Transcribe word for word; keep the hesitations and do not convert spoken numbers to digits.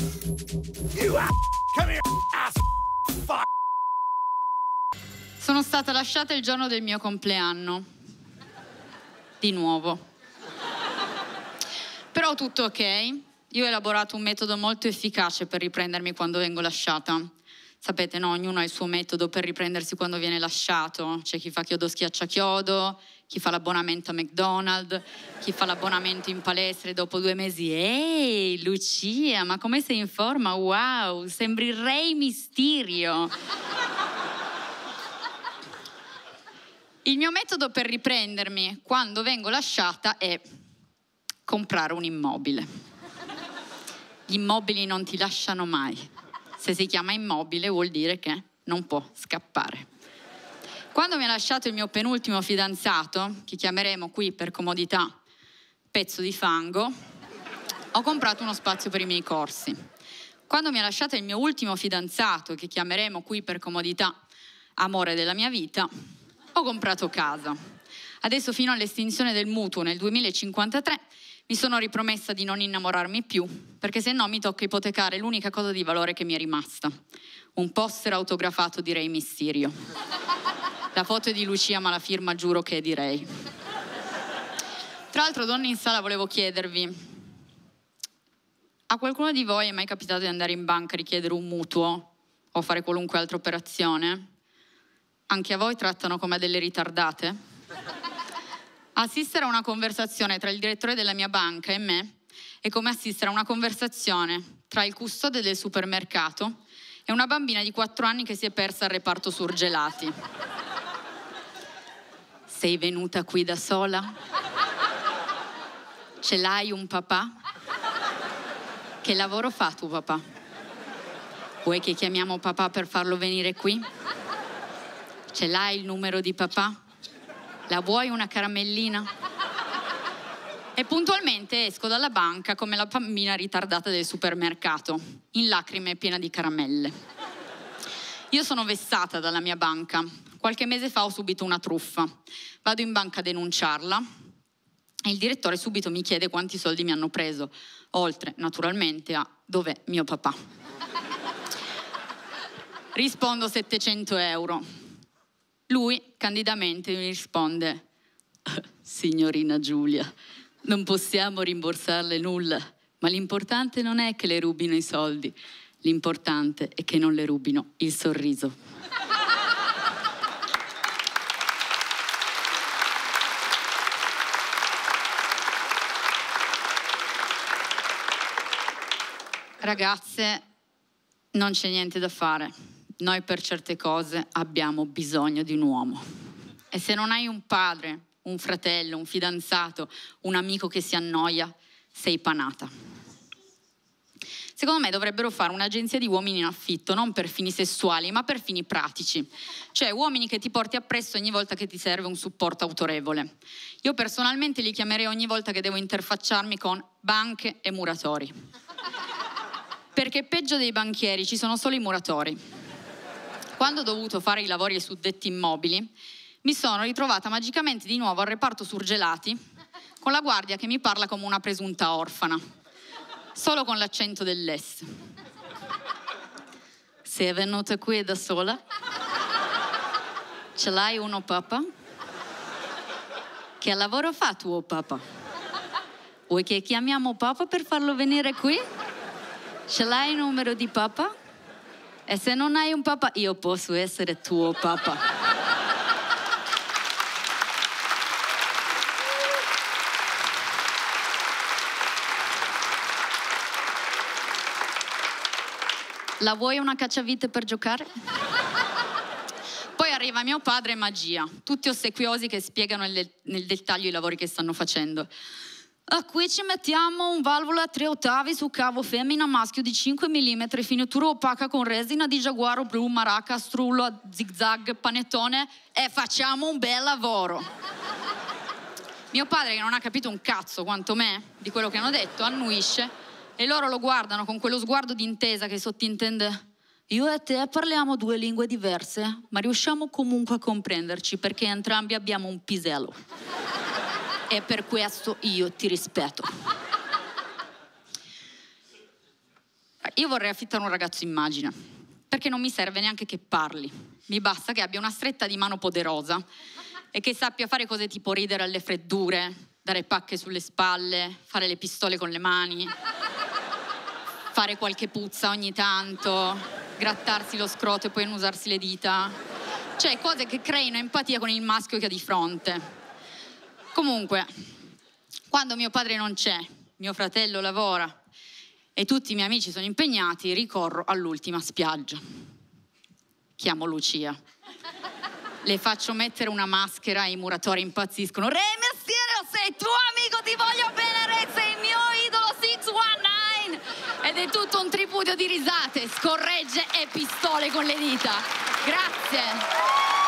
You ass. Come here, ass. Fuck. Sono stata lasciata il giorno del mio compleanno. Di nuovo. Però tutto ok. Io ho elaborato un metodo molto efficace per riprendermi quando vengo lasciata. Sapete, no? Ognuno ha il suo metodo per riprendersi quando viene lasciato. C'è chi fa chiodo schiaccia chiodo, chi fa l'abbonamento a McDonald's, chi fa l'abbonamento in palestra e dopo due mesi «Ehi, Lucia, ma come sei in forma? Wow, sembri il Re Mysterio!» Il mio metodo per riprendermi quando vengo lasciata è comprare un immobile. Gli immobili non ti lasciano mai. Se si chiama immobile vuol dire che non può scappare. Quando mi ha lasciato il mio penultimo fidanzato, che chiameremo qui per comodità pezzo di fango, ho comprato uno spazio per i miei corsi. Quando mi ha lasciato il mio ultimo fidanzato, che chiameremo qui per comodità amore della mia vita, ho comprato casa. Adesso fino all'estinzione del mutuo nel duemilacinquantatré mi sono ripromessa di non innamorarmi più, perché se no mi tocca ipotecare l'unica cosa di valore che mi è rimasta. Un poster autografato di Re Mysterio. La foto è di Lucia, ma la firma giuro che è di Ray. Tra l'altro, donne in sala, volevo chiedervi: a qualcuno di voi è mai capitato di andare in banca a richiedere un mutuo o fare qualunque altra operazione? Anche a voi trattano come delle ritardate? Assistere a una conversazione tra il direttore della mia banca e me è come assistere a una conversazione tra il custode del supermercato e una bambina di quattro anni che si è persa al reparto surgelati. Sei venuta qui da sola? Ce l'hai un papà? Che lavoro fa tuo papà? Vuoi che chiamiamo papà per farlo venire qui? Ce l'hai il numero di papà? La vuoi una caramellina? E puntualmente esco dalla banca come la bambina ritardata del supermercato, in lacrime e piena di caramelle. Io sono vessata dalla mia banca. Qualche mese fa ho subito una truffa. Vado in banca a denunciarla e il direttore subito mi chiede quanti soldi mi hanno preso, oltre naturalmente a dov'è mio papà. Rispondo settecento euro. Lui candidamente mi risponde: signorina Giulia, non possiamo rimborsarle nulla, ma l'importante non è che le rubino i soldi, l'importante è che non le rubino il sorriso. Ragazze, non c'è niente da fare. Noi per certe cose abbiamo bisogno di un uomo. E se non hai un padre, un fratello, un fidanzato, un amico che si annoia, sei panata. Secondo me dovrebbero fare un'agenzia di uomini in affitto, non per fini sessuali, ma per fini pratici. Cioè uomini che ti porti appresso ogni volta che ti serve un supporto autorevole. Io personalmente li chiamerei ogni volta che devo interfacciarmi con banche e muratori. Perché peggio dei banchieri ci sono solo i muratori. Quando ho dovuto fare i lavori ai suddetti immobili, mi sono ritrovata magicamente di nuovo al reparto surgelati con la guardia che mi parla come una presunta orfana, solo con l'accento dell'est. Sei venuta qui da sola? Ce l'hai uno papà? Che lavoro fa tuo papà? Vuoi che chiamiamo papà per farlo venire qui? Ce l'hai il numero di papà? E se non hai un papà, io posso essere tuo papà. La vuoi una cacciavite per giocare? Poi arriva mio padre e magia, tutti ossequiosi che spiegano nel, nel dettaglio i lavori che stanno facendo. A qui ci mettiamo un valvola a tre ottavi su cavo femmina maschio di cinque millimetri, finitura opaca con resina di giaguaro blu, maraca, strullo, zigzag, panettone e facciamo un bel lavoro. Mio padre, che non ha capito un cazzo quanto me di quello che hanno detto, annuisce e loro lo guardano con quello sguardo di intesa che sottintende: io e te parliamo due lingue diverse, ma riusciamo comunque a comprenderci perché entrambi abbiamo un pisello. E per questo io ti rispetto. Io vorrei affittare un ragazzo immagine, perché non mi serve neanche che parli. Mi basta che abbia una stretta di mano poderosa e che sappia fare cose tipo ridere alle freddure, dare pacche sulle spalle, fare le pistole con le mani, fare qualche puzza ogni tanto, grattarsi lo scroto e poi non usarsi le dita. Cioè, cose che creino empatia con il maschio che ha di fronte. Comunque, quando mio padre non c'è, mio fratello lavora e tutti i miei amici sono impegnati, ricorro all'ultima spiaggia. Chiamo Lucia. Le faccio mettere una maschera e i muratori impazziscono. Re mestiere, sei tuo amico, ti voglio bene, Re, sei il mio idolo sei diciannove. Ed è tutto un tripudio di risate, scorregge e pistole con le dita. Grazie.